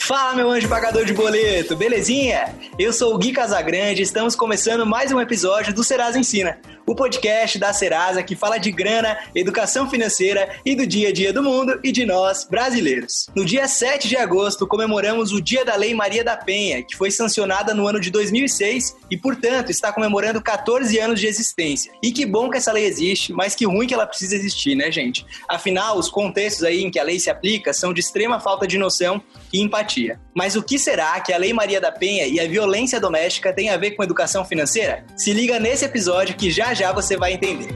Fala, meu anjo pagador de boleto, belezinha? Eu sou o Gui Casagrande e estamos começando mais um episódio do Serasa Ensina, o podcast da Serasa que fala de grana, educação financeira e do dia a dia do mundo e de nós, brasileiros. No dia 7 de agosto, comemoramos o Dia da Lei Maria da Penha, que foi sancionada no ano de 2006 e, portanto, está comemorando 14 anos de existência. E que bom que essa lei existe, mas que ruim que ela precisa existir, né, gente? Afinal, os contextos aí em que a lei se aplica são de extrema falta de noção e empatia. Mas o que será que a Lei Maria da Penha e a violência doméstica têm a ver com educação financeira? Se liga nesse episódio que já você vai entender.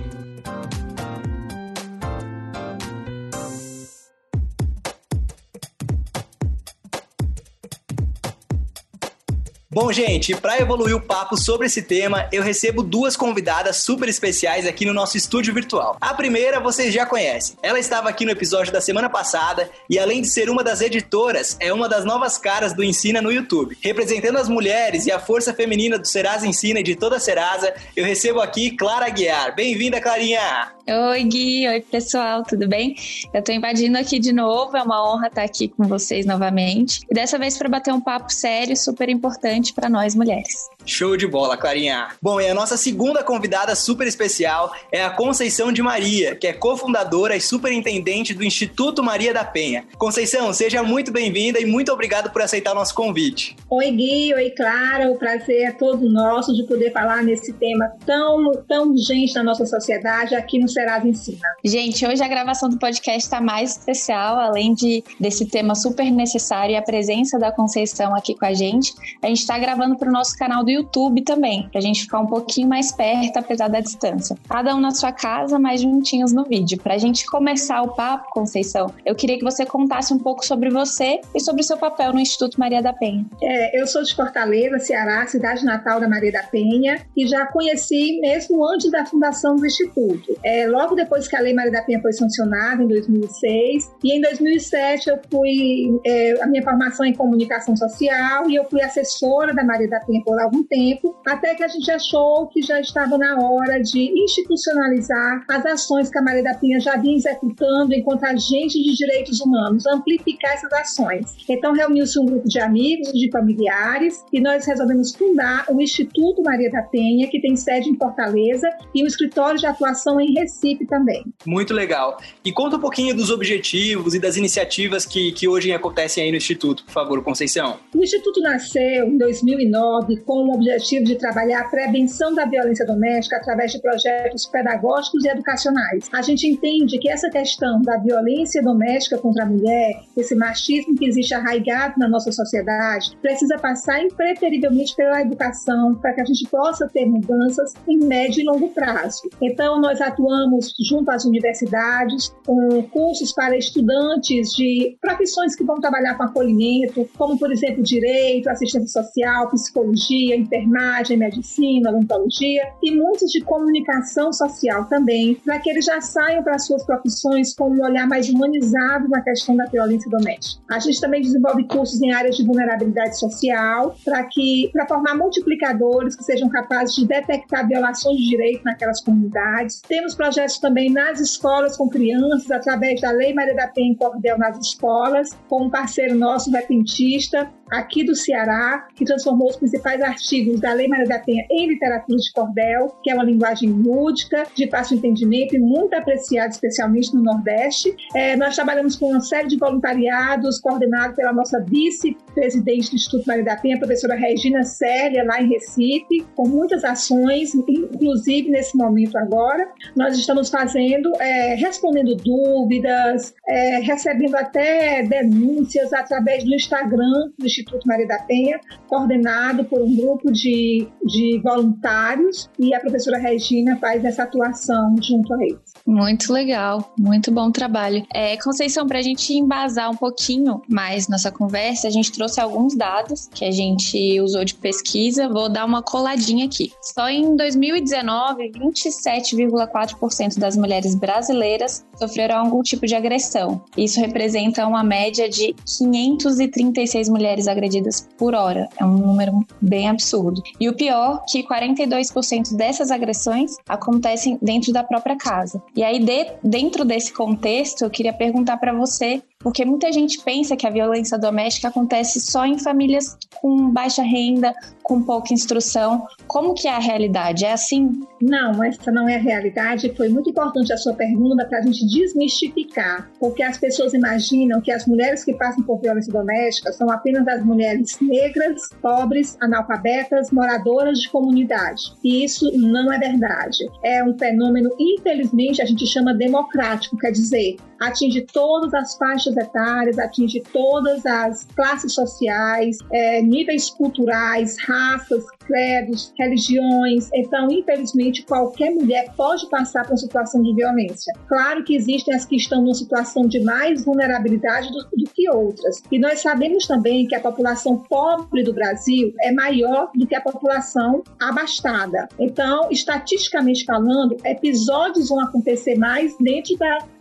Bom, gente, para evoluir o papo sobre esse tema, eu recebo duas convidadas super especiais aqui no nosso estúdio virtual. A primeira vocês já conhecem. Ela estava aqui no episódio da semana passada e, além de ser uma das editoras, é uma das novas caras do Ensina no YouTube. Representando as mulheres e a força feminina do Serasa Ensina e de toda a Serasa, eu recebo aqui Clara Aguiar. Bem-vinda, Clarinha! Oi, Gui. Oi, pessoal. Tudo bem? Eu tô invadindo aqui de novo. É uma honra estar aqui com vocês novamente. E dessa vez para bater um papo sério, super importante para nós mulheres. Show de bola, Clarinha. Bom, e a nossa segunda convidada super especial é a Conceição de Maria, que é cofundadora e superintendente do Instituto Maria da Penha. Conceição, seja muito bem-vinda e muito obrigado por aceitar o nosso convite. Oi, Gui. Oi, Clara. O prazer é todo nosso de poder falar nesse tema tão urgente na nossa sociedade aqui no Serasa Ensina. Gente, hoje a gravação do podcast está mais especial, além desse tema super necessário e a presença da Conceição aqui com a gente está gravando para o nosso canal do YouTube também, pra gente ficar um pouquinho mais perto, apesar da distância. Cada um na sua casa, mais juntinhos no vídeo. Pra gente começar o papo, Conceição, eu queria que você contasse um pouco sobre você e sobre o seu papel no Instituto Maria da Penha. Eu sou de Fortaleza, Ceará, cidade natal da Maria da Penha, e já conheci mesmo antes da fundação do Instituto. Logo depois que a Lei Maria da Penha foi sancionada, em 2006, e em 2007 eu fui, a minha formação em comunicação social, e eu fui assessora da Maria da Penha por algum tempo, até que a gente achou que já estava na hora de institucionalizar as ações que a Maria da Penha já vinha executando enquanto agente de direitos humanos, amplificar essas ações. Então reuniu-se um grupo de amigos, de familiares, e nós resolvemos fundar o Instituto Maria da Penha, que tem sede em Fortaleza e um escritório de atuação em Recife também. Muito legal. E conta um pouquinho dos objetivos e das iniciativas que hoje acontecem aí no Instituto, por favor, Conceição. O Instituto nasceu em 2009 com o objetivo de trabalhar a prevenção da violência doméstica através de projetos pedagógicos e educacionais. A gente entende que essa questão da violência doméstica contra a mulher, esse machismo que existe arraigado na nossa sociedade, precisa passar impreterivelmente pela educação para que a gente possa ter mudanças em médio e longo prazo. Então, nós atuamos junto às universidades com cursos para estudantes de profissões que vão trabalhar com acolhimento, como, por exemplo, direito, assistência social, psicologia, enfermagem, medicina, odontologia e muitos de comunicação social também, para que eles já saiam para as suas profissões com um olhar mais humanizado na questão da violência doméstica. A gente também desenvolve cursos em áreas de vulnerabilidade social para formar multiplicadores que sejam capazes de detectar violações de direito naquelas comunidades. Temos projetos também nas escolas com crianças, através da Lei Maria da Penha em Cordel nas escolas, com um parceiro nosso, um repentista, aqui do Ceará, que transformou os principais artigos da Lei Maria da Penha em literatura de cordel, que é uma linguagem lúdica, de fácil entendimento e muito apreciada, especialmente no Nordeste. Nós trabalhamos com uma série de voluntariados coordenados pela nossa vice-presidente do Instituto Maria da Penha, a professora Regina Célia, lá em Recife, com muitas ações, inclusive nesse momento agora. Nós estamos fazendo, respondendo dúvidas, recebendo até denúncias através do Instagram do Instituto Maria da Penha, coordenado por um grupo de voluntários, e a professora Regina faz essa atuação junto a eles. Muito legal, muito bom trabalho. Conceição, para a gente embasar um pouquinho mais nossa conversa, a gente trouxe alguns dados que a gente usou de pesquisa, vou dar uma coladinha aqui. Só em 2019, 27,4% das mulheres brasileiras sofreram algum tipo de agressão. Isso representa uma média de 536 mulheres agredidas por hora. É um número bem absurdo. E o pior, que 42% dessas agressões acontecem dentro da própria casa. E aí, dentro desse contexto, eu queria perguntar para você Porque muita gente pensa que a violência doméstica acontece só em famílias com baixa renda, com pouca instrução. Como que é a realidade? É assim? Não, essa não é a realidade. Foi muito importante a sua pergunta para a gente desmistificar, porque as pessoas imaginam que as mulheres que passam por violência doméstica são apenas as mulheres negras, pobres, analfabetas, moradoras de comunidade. E isso não é verdade. É um fenômeno, infelizmente, a gente chama democrático, quer dizer, atinge todas as faixas etárias, atinge todas as classes sociais, níveis culturais, raças, credos, religiões. Então, infelizmente, qualquer mulher pode passar por uma situação de violência. Claro que existem as que estão numa situação de mais vulnerabilidade do que outras. E nós sabemos também que a população pobre do Brasil é maior do que a população abastada. Então, estatisticamente falando, episódios vão acontecer mais dentro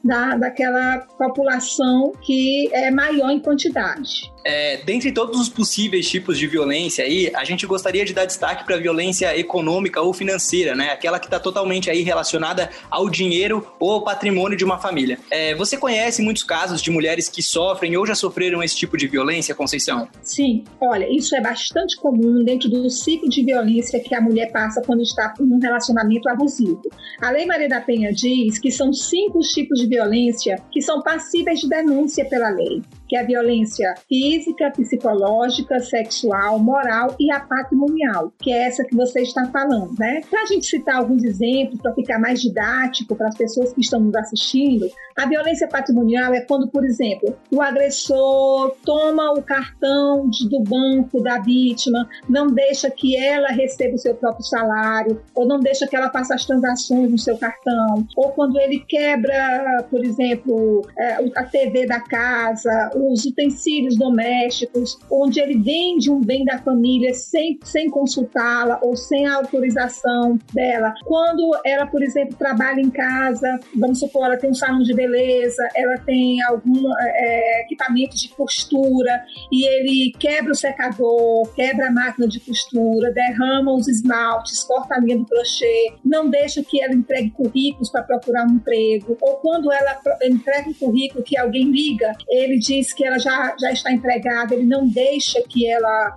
daquela população que é maior em quantidade. Dentre todos os possíveis tipos de violência aí, a gente gostaria de dar destaque para a violência econômica ou financeira, né? Aquela que está totalmente aí relacionada ao dinheiro ou ao patrimônio de uma família. Você conhece muitos casos de mulheres que sofrem ou já sofreram esse tipo de violência, Conceição? Sim, olha, isso é bastante comum dentro do ciclo de violência que a mulher passa quando está em um relacionamento abusivo. A Lei Maria da Penha diz que são 5 os tipos de violência que são passíveis de denúncia pela lei, que é a violência física, psicológica, sexual, moral e a patrimonial, que é essa que você está falando, né? Para a gente citar alguns exemplos, para ficar mais didático para as pessoas que estão nos assistindo, a violência patrimonial é quando, por exemplo, o agressor toma o cartão do banco da vítima, não deixa que ela receba o seu próprio salário, ou não deixa que ela faça as transações no seu cartão, ou quando ele quebra, por exemplo, a TV da casa, os utensílios domésticos, onde ele vende um bem da família sem consultá-la ou sem a autorização dela. Quando ela, por exemplo, trabalha em casa, vamos supor, ela tem um salão de beleza, ela tem algum equipamento de costura e ele quebra o secador, quebra a máquina de costura, derrama os esmaltes, corta a linha do crochê, não deixa que ela entregue currículos para procurar um emprego, ou quando ela entrega um currículo que alguém liga, ele diz que ela já está empregada, ele não deixa que ela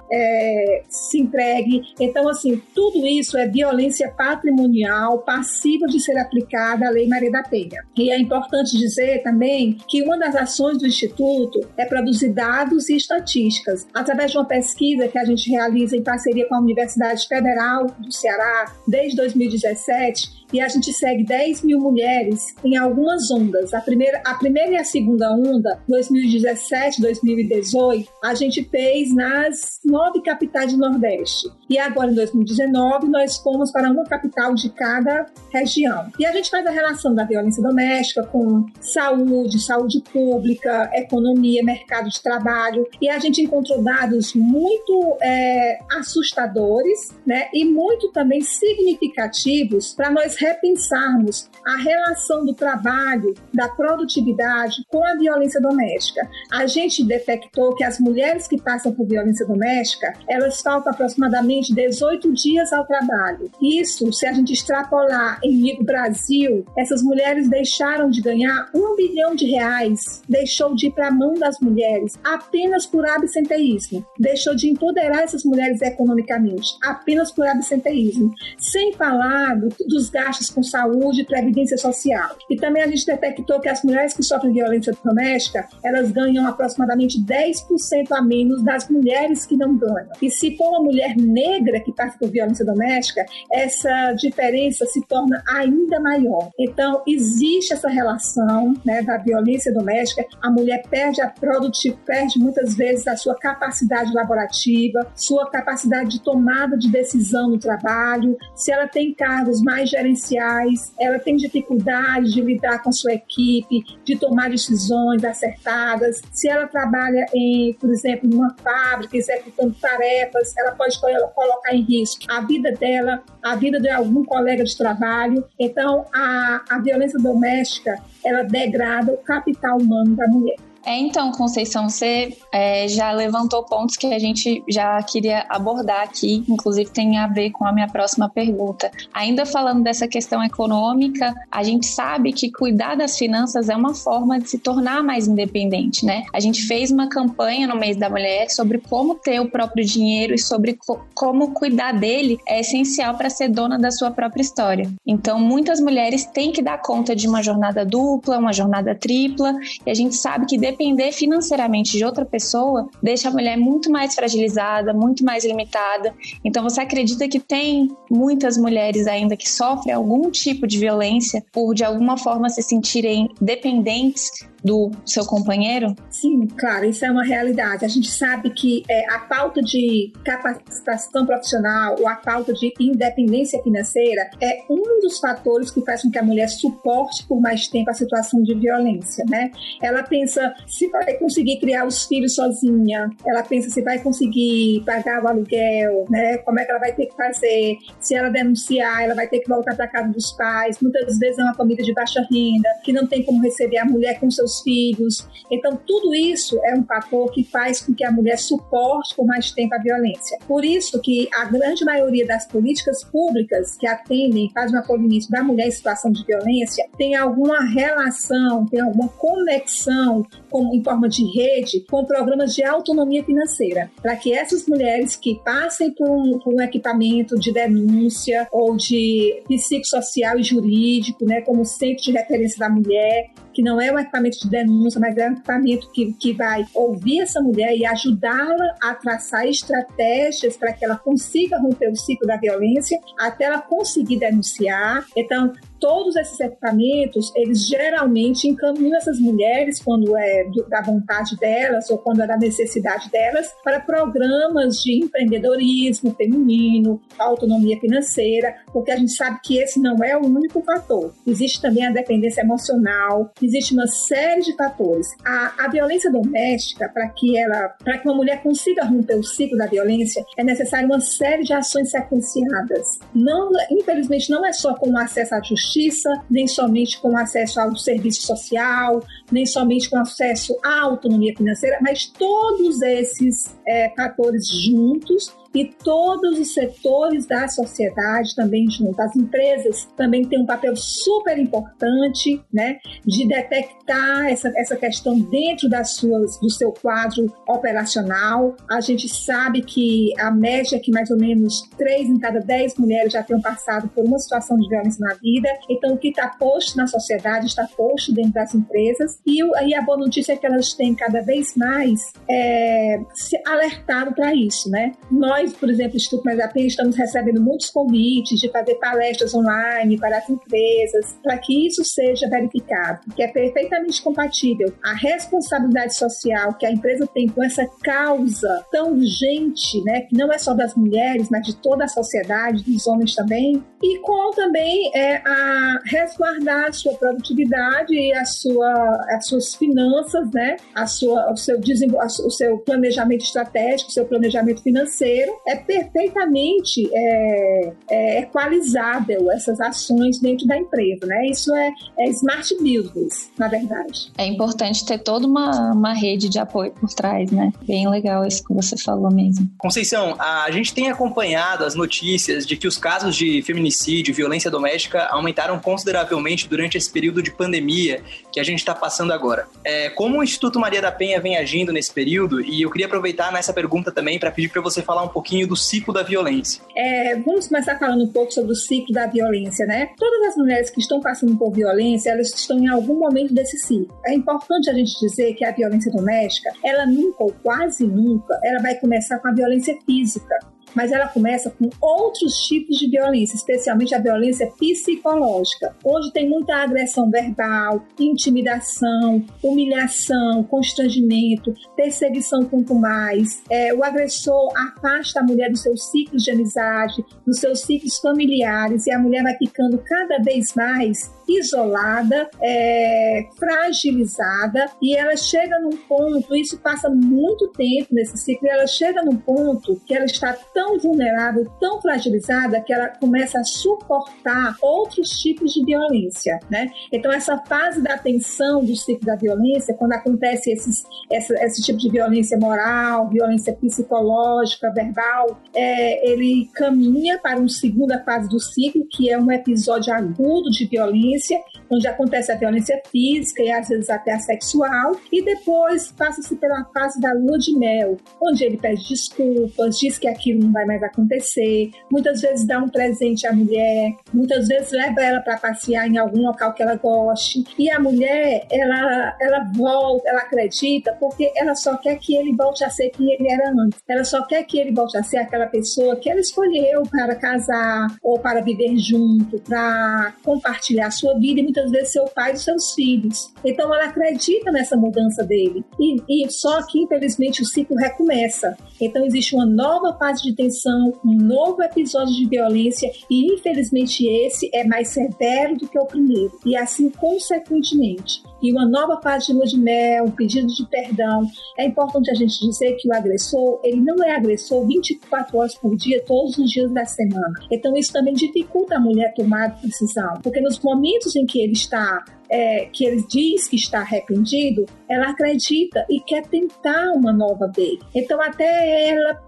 se entregue. Então, assim, tudo isso é violência patrimonial passível de ser aplicada à Lei Maria da Penha. E é importante dizer também que uma das ações do Instituto é produzir dados e estatísticas. Através de uma pesquisa que a gente realiza em parceria com a Universidade Federal do Ceará desde 2017, e a gente segue 10 mil mulheres em algumas ondas. A primeira e a segunda onda, 2017, 2018, a gente fez nas 9 capitais do Nordeste. E agora, em 2019, nós fomos para uma capital de cada região. E a gente faz a relação da violência doméstica com saúde pública, economia, mercado de trabalho. E a gente encontrou dados muito assustadores, né? E muito também significativos para nós repensarmos a relação do trabalho, da produtividade com a violência doméstica. A gente detectou que as mulheres que passam por violência doméstica, elas faltam aproximadamente 18 dias ao trabalho. Isso, se a gente extrapolar em nível Brasil, essas mulheres deixaram de ganhar R$1 bilhão, deixou de ir para a mão das mulheres apenas por absenteísmo, deixou de empoderar essas mulheres economicamente apenas por absenteísmo, sem falar dos gastos com saúde e previdência social. E também a gente detectou que as mulheres que sofrem violência doméstica, elas ganham aproximadamente 10% a menos das mulheres que não ganham. E se for uma mulher negra que passa por violência doméstica, essa diferença se torna ainda maior. Então, existe essa relação, né, da violência doméstica. A mulher perde muitas vezes a sua capacidade laborativa, sua capacidade de tomada de decisão no trabalho. Se ela tem cargos mais gerenciais, ela tem dificuldade de lidar com a sua equipe, de tomar decisões acertadas. Se ela trabalha por exemplo, numa fábrica, executando tarefas, ela pode colocar em risco a vida dela, a vida de algum colega de trabalho. Então, a violência doméstica, ela degrada o capital humano da mulher. Então, Conceição, você já levantou pontos que a gente já queria abordar aqui, inclusive tem a ver com a minha próxima pergunta. Ainda falando dessa questão econômica, a gente sabe que cuidar das finanças é uma forma de se tornar mais independente, né? A gente fez uma campanha no mês da mulher sobre como ter o próprio dinheiro e sobre como cuidar dele é essencial para ser dona da sua própria história. Então, muitas mulheres têm que dar conta de uma jornada dupla, uma jornada tripla, e a gente sabe que depender financeiramente de outra pessoa deixa a mulher muito mais fragilizada, muito mais limitada. Então, você acredita que tem muitas mulheres ainda que sofrem algum tipo de violência por, de alguma forma, se sentirem dependentes do seu companheiro? Sim, claro, isso é uma realidade. A gente sabe que a falta de capacitação profissional ou a falta de independência financeira é um dos fatores que faz com que a mulher suporte por mais tempo a situação de violência, né? Ela pensa se vai conseguir criar os filhos sozinha, ela pensa se vai conseguir pagar o aluguel, né? Como é que ela vai ter que fazer? Se ela denunciar, ela vai ter que voltar para a casa dos pais. Muitas vezes é uma família de baixa renda, que não tem como receber a mulher com seus filhos. Então, tudo isso é um fator que faz com que a mulher suporte por mais tempo a violência. Por isso que a grande maioria das políticas públicas que atendem, fazem um acolhimento da mulher em situação de violência, tem alguma relação, tem alguma conexão em forma de rede com programas de autonomia financeira, para que essas mulheres que passem por um equipamento de denúncia ou de psicossocial e jurídico, né, como centro de referência da mulher, que não é um equipamento de denúncia, mas é um equipamento que vai ouvir essa mulher e ajudá-la a traçar estratégias para que ela consiga romper o ciclo da violência até ela conseguir denunciar. Então, todos esses equipamentos, eles geralmente encaminham essas mulheres, quando é da vontade delas ou quando é da necessidade delas, para programas de empreendedorismo feminino, autonomia financeira, porque a gente sabe que esse não é o único fator. Existe também a dependência emocional, existe uma série de fatores. A violência doméstica, para que uma mulher consiga romper o ciclo da violência, é necessário uma série de ações sequenciadas. Infelizmente, não é só com o acesso à justiça, nem somente com acesso ao serviço social, nem somente com acesso à autonomia financeira, mas todos esses fatores juntos e todos os setores da sociedade também juntos. As empresas também têm um papel super importante, né, de detectar essa questão dentro do seu quadro operacional. A gente sabe que a média é que mais ou menos 3 em cada 10 mulheres já tenham passado por uma situação de violência na vida. Então, o que está posto na sociedade está posto dentro das empresas. E a boa notícia é que elas têm cada vez mais se alertado para isso, né? Nós, por exemplo, Instituto Mais a Pena, estamos recebendo muitos convites de fazer palestras online para as empresas, para que isso seja verificado, que é perfeitamente compatível a responsabilidade social que a empresa tem com essa causa tão urgente, né, que não é só das mulheres, mas de toda a sociedade, dos homens também, e com também a resguardar a sua produtividade e as suas finanças, né, o seu planejamento estratégico, o seu planejamento financeiro, é perfeitamente equalizável essas ações dentro da empresa, né? Isso é smart business, na verdade. É importante ter toda uma rede de apoio por trás, né? Bem legal isso que você falou mesmo. Conceição, a gente tem acompanhado as notícias de que os casos de feminicídio e violência doméstica aumentaram consideravelmente durante esse período de pandemia que a gente está passando agora. Como o Instituto Maria da Penha vem agindo nesse período? E eu queria aproveitar nessa pergunta também para pedir para você falar um pouquinho do ciclo da violência. Vamos começar falando um pouco sobre o ciclo da violência, né? Todas as mulheres que estão passando por violência, elas estão em algum momento desse ciclo. É importante a gente dizer que a violência doméstica, ela nunca ou quase nunca, ela vai começar com a violência física. Mas ela começa com outros tipos de violência, especialmente a violência psicológica. Hoje tem muita agressão verbal, intimidação, humilhação, constrangimento, perseguição quanto mais. O agressor afasta a mulher dos seus ciclos de amizade, dos seus ciclos familiares, e a mulher vai ficando cada vez mais isolada, fragilizada, e ela chega num ponto, isso passa muito tempo nesse ciclo, e ela chega num ponto que ela está tão tão vulnerável, tão fragilizada, que ela começa a suportar outros tipos de violência, né? Então, essa fase da tensão do ciclo da violência, quando acontece esse tipo de violência moral, violência psicológica, verbal, ele caminha para uma segunda fase do ciclo, que é um episódio agudo de violência, onde acontece a violência física e às vezes até a sexual, e depois passa-se pela fase da lua de mel, onde ele pede desculpas, diz que aquilo não vai mais acontecer, muitas vezes dá um presente à mulher, muitas vezes leva ela para passear em algum local que ela goste, e a mulher, ela volta, ela acredita, porque ela só quer que ele volte a ser quem ele era antes, ela só quer que ele volte a ser aquela pessoa que ela escolheu para casar, ou para viver junto, para compartilhar a sua vida, e muitas vezes ser o pai dos seus filhos. Então ela acredita nessa mudança dele, e só que infelizmente o ciclo recomeça. Então existe uma nova fase de tensão, um novo episódio de violência, e infelizmente esse é mais severo do que o primeiro, e assim consequentemente. E uma nova fase de lua de mel, um pedido de perdão. É importante a gente dizer que o agressor, ele não é agressor 24 horas por dia, todos os dias da semana. Então isso também dificulta a mulher tomar a decisão, porque nos momentos em que ele está que ele diz que está arrependido, ela acredita e quer tentar uma nova vez. Então até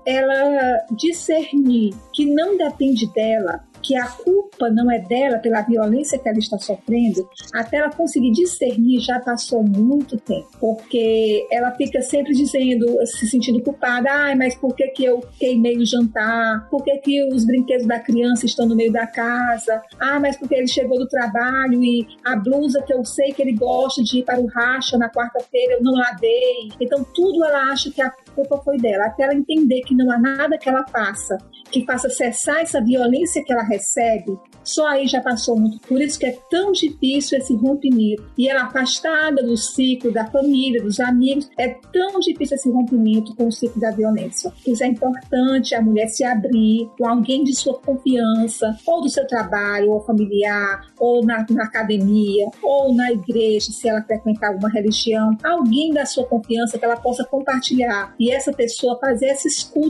ela discernir que não depende dela, que a culpa não é dela pela violência que ela está sofrendo, até ela conseguir discernir, já passou muito tempo, porque ela fica sempre dizendo, se sentindo culpada, mas por que eu queimei o jantar? Por que os brinquedos da criança estão no meio da casa? Mas porque ele chegou do trabalho e a blusa que eu sei que ele gosta de ir para o racha na quarta-feira eu não lavei. Então tudo ela acha que a culpa foi dela, até ela entender que não há nada que ela faça que faça cessar essa violência que ela recebe, só aí já passou muito. Por isso que é tão difícil esse rompimento. E ela afastada do ciclo da família, dos amigos, é tão difícil esse rompimento com o ciclo da violência. Por isso é importante a mulher se abrir com alguém de sua confiança, ou do seu trabalho, ou familiar, ou na academia, ou na igreja, se ela frequentar alguma religião, alguém da sua confiança que ela possa compartilhar. E essa pessoa fazer essa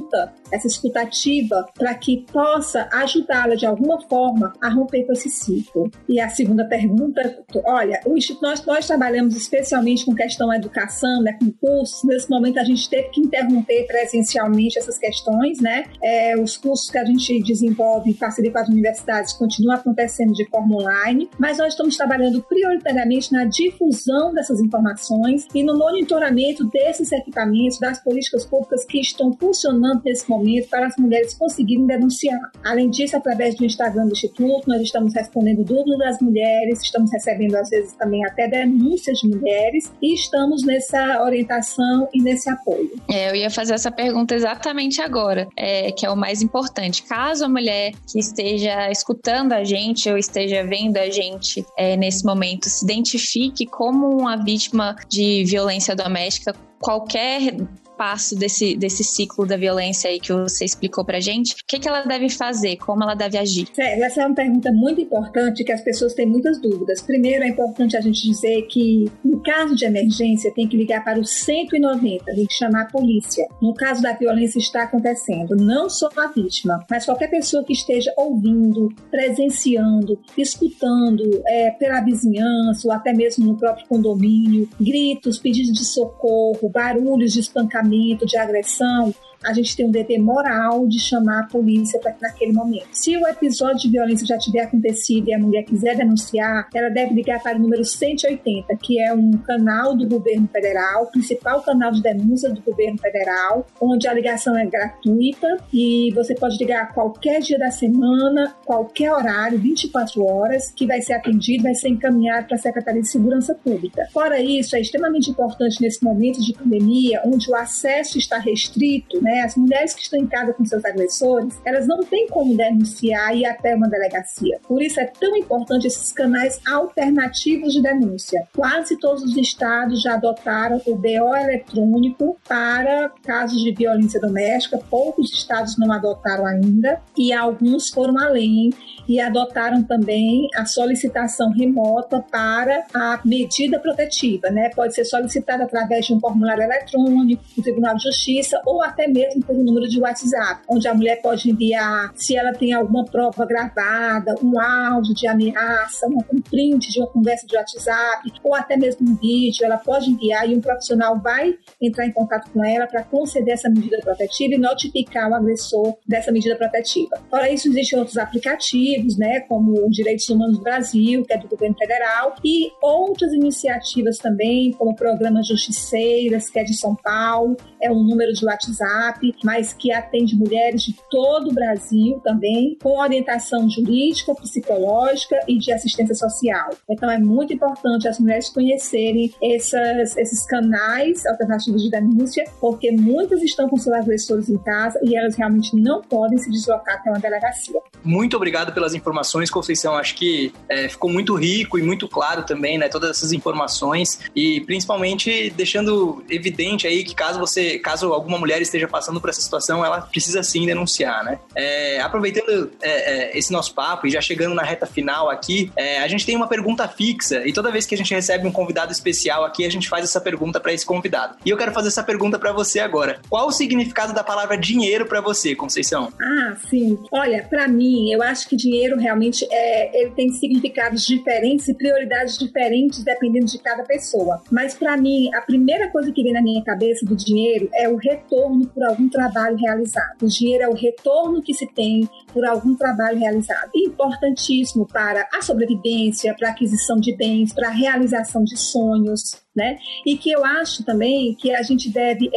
escutativa, para que possa ajudá-la de alguma forma a romper com esse ciclo. E a segunda pergunta, olha, nós trabalhamos especialmente com questão da educação, né, com cursos. Nesse momento a gente teve que interromper presencialmente essas questões, né? Os cursos que a gente desenvolve em parceria com as universidades continuam acontecendo de forma online, mas nós estamos trabalhando prioritariamente na difusão dessas informações e no monitoramento desses equipamentos, das políticas públicas que estão funcionando nesse momento para as mulheres conseguirem denunciar. Além disso, através do Instagram do Instituto, nós estamos respondendo dúvidas das mulheres, estamos recebendo às vezes também até denúncias de mulheres e estamos nessa orientação e nesse apoio. Eu ia fazer essa pergunta exatamente agora, que é o mais importante. Caso a mulher que esteja escutando a gente ou esteja vendo a gente nesse momento se identifique como uma vítima de violência doméstica, qualquer passo desse ciclo da violência aí que você explicou pra gente, o que ela deve fazer, como ela deve agir? Essa é uma pergunta muito importante que as pessoas têm muitas dúvidas. Primeiro, é importante a gente dizer que em caso de emergência tem que ligar para o 190, tem que chamar a polícia. No caso da violência está acontecendo, não só a vítima, mas qualquer pessoa que esteja ouvindo, presenciando, escutando pela vizinhança ou até mesmo no próprio condomínio, gritos, pedidos de socorro, barulhos de espancamento, de agressão, a gente tem um dever moral de chamar a polícia naquele momento. Se o episódio de violência já tiver acontecido e a mulher quiser denunciar, ela deve ligar para o número 180, que é um canal do governo federal, o principal canal de denúncia do governo federal, onde a ligação é gratuita e você pode ligar a qualquer dia da semana, qualquer horário, 24 horas, que vai ser atendido, vai ser encaminhado para a Secretaria de Segurança Pública. Fora isso, é extremamente importante nesse momento de pandemia, onde o acesso está restrito, né? As mulheres que estão em casa com seus agressores, elas não têm como denunciar e ir até uma delegacia. Por isso é tão importante esses canais alternativos de denúncia. Quase todos os estados já adotaram o BO eletrônico para casos de violência doméstica. Poucos estados não adotaram ainda e alguns foram além e adotaram também a solicitação remota para a medida protetiva, né? Pode ser solicitada através de um formulário eletrônico, do Tribunal de Justiça ou até mesmo pelo número de WhatsApp, onde a mulher pode enviar, se ela tem alguma prova gravada, um áudio de ameaça, um print de uma conversa de WhatsApp, ou até mesmo um vídeo, ela pode enviar e um profissional vai entrar em contato com ela para conceder essa medida protetiva e notificar o agressor dessa medida protetiva. Fora isso, existem outros aplicativos, né, como o Direitos Humanos do Brasil, que é do governo federal, e outras iniciativas também, como o Programa Justiceiras, que é de São Paulo, é um número de WhatsApp, mas que atende mulheres de todo o Brasil também, com orientação jurídica, psicológica e de assistência social. Então é muito importante as mulheres conhecerem esses canais alternativos de denúncia, porque muitas estão com seus agressores em casa e elas realmente não podem se deslocar até uma delegacia. Muito obrigado pelas informações, Conceição. Acho que ficou muito rico e muito claro também, né, todas essas informações, e principalmente deixando evidente aí que caso alguma mulher esteja passando por essa situação, ela precisa sim denunciar, né? Aproveitando esse nosso papo e já chegando na reta final aqui, a gente tem uma pergunta fixa, e toda vez que a gente recebe um convidado especial aqui, a gente faz essa pergunta para esse convidado. E eu quero fazer essa pergunta para você agora. Qual o significado da palavra dinheiro para você, Conceição? Sim. Olha, para mim, eu acho que dinheiro realmente ele tem significados diferentes e prioridades diferentes dependendo de cada pessoa. Mas para mim, a primeira coisa que vem na minha cabeça do dinheiro é o retorno por algum trabalho realizado. O dinheiro é o retorno que se tem por algum trabalho realizado. Importantíssimo para a sobrevivência, para a aquisição de bens, para a realização de sonhos, né? E que eu acho também que a gente deve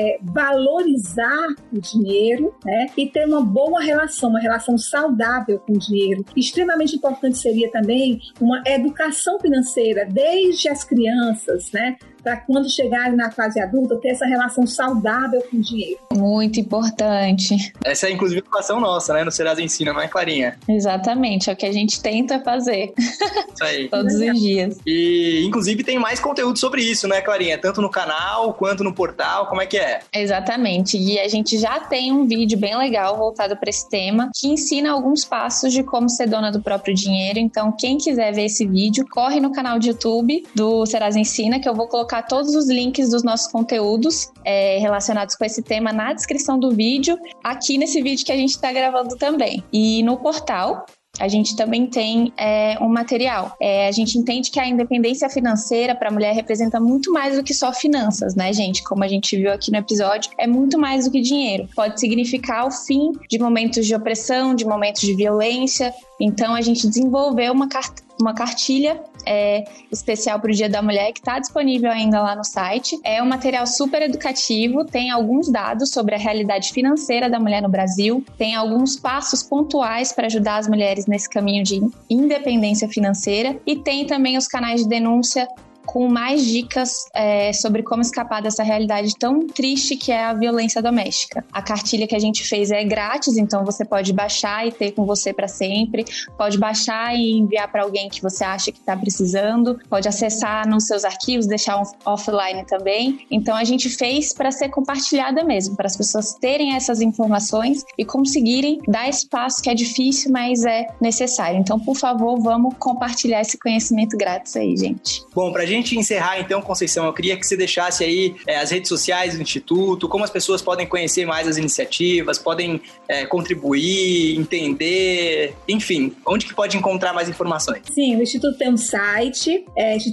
valorizar o dinheiro, né? E ter uma boa relação, uma relação saudável com o dinheiro. Extremamente importante seria também uma educação financeira desde as crianças, né? Para quando chegarem na fase adulta, ter essa relação saudável com o dinheiro. Muito importante. Essa é, inclusive, a educação nossa, né? No Serasa Ensina, não é, Clarinha? Exatamente, é o que a gente tenta fazer. Isso aí. Todos os dias. E, inclusive, tem mais conteúdo sobre isso, né, Clarinha? Tanto no canal, quanto no portal, como é que é? Exatamente, e a gente já tem um vídeo bem legal voltado para esse tema, que ensina alguns passos de como ser dona do próprio dinheiro. Então, quem quiser ver esse vídeo, corre no canal de YouTube do Serasa Ensina, que eu vou colocar todos os links dos nossos conteúdos relacionados com esse tema na descrição do vídeo, aqui nesse vídeo que a gente está gravando também. E no portal, a gente também tem um material. A gente entende que a independência financeira para a mulher representa muito mais do que só finanças, né, gente? Como a gente viu aqui no episódio, é muito mais do que dinheiro. Pode significar o fim de momentos de opressão, de momentos de violência. Então, a gente desenvolveu uma cartilha especial para o Dia da Mulher, que está disponível ainda lá no site. É um material super educativo, tem alguns dados sobre a realidade financeira da mulher no Brasil, tem alguns passos pontuais para ajudar as mulheres nesse caminho de independência financeira, e tem também os canais de denúncia com mais dicas sobre como escapar dessa realidade tão triste que é a violência doméstica. A cartilha que a gente fez é grátis, então você pode baixar e ter com você para sempre, pode baixar e enviar para alguém que você acha que está precisando, pode acessar nos seus arquivos, deixar offline também. Então a gente fez para ser compartilhada mesmo, para as pessoas terem essas informações e conseguirem dar esse passo que é difícil, mas é necessário. Então, por favor, vamos compartilhar esse conhecimento grátis aí, gente. Bom, pra gente encerrar então, Conceição, eu queria que você deixasse aí as redes sociais do Instituto, como as pessoas podem conhecer mais as iniciativas, podem contribuir, entender, enfim, onde que pode encontrar mais informações? Sim, o Instituto tem um site,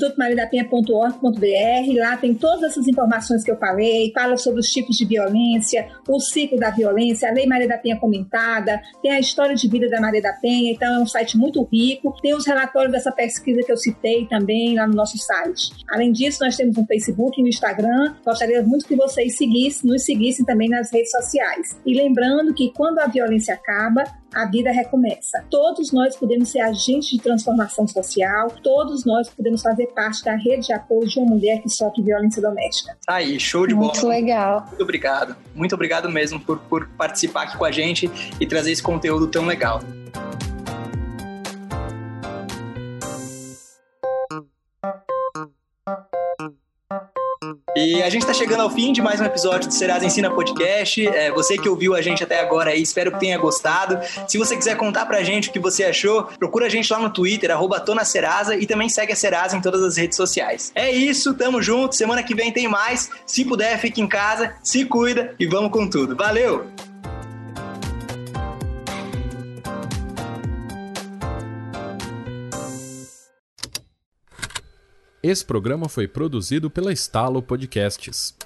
institutomariadapinha.org.br, lá tem todas essas informações que eu falei, fala sobre os tipos de violência, o ciclo da violência, a Lei Maria da Penha comentada, tem a história de vida da Maria da Penha, então é um site muito rico, tem os relatórios dessa pesquisa que eu citei também lá no nosso site. Além disso, nós temos um Facebook e um Instagram. Gostaria muito que vocês nos seguissem também nas redes sociais. E lembrando que quando a violência acaba, a vida recomeça. Todos nós podemos ser agentes de transformação social, todos nós podemos fazer parte da rede de apoio de uma mulher que sofre violência doméstica. Aí, show de bola. Muito legal. Muito obrigado. Muito obrigado mesmo por participar aqui com a gente e trazer esse conteúdo tão legal. E a gente tá chegando ao fim de mais um episódio do Serasa Ensina Podcast. Você que ouviu a gente até agora aí, espero que tenha gostado. Se você quiser contar pra gente o que você achou, procura a gente lá no Twitter, @tonaserasa, e também segue a Serasa em todas as redes sociais. É isso, tamo junto. Semana que vem tem mais. Se puder, fique em casa, se cuida e vamos com tudo. Valeu! Esse programa foi produzido pela Estalo Podcasts.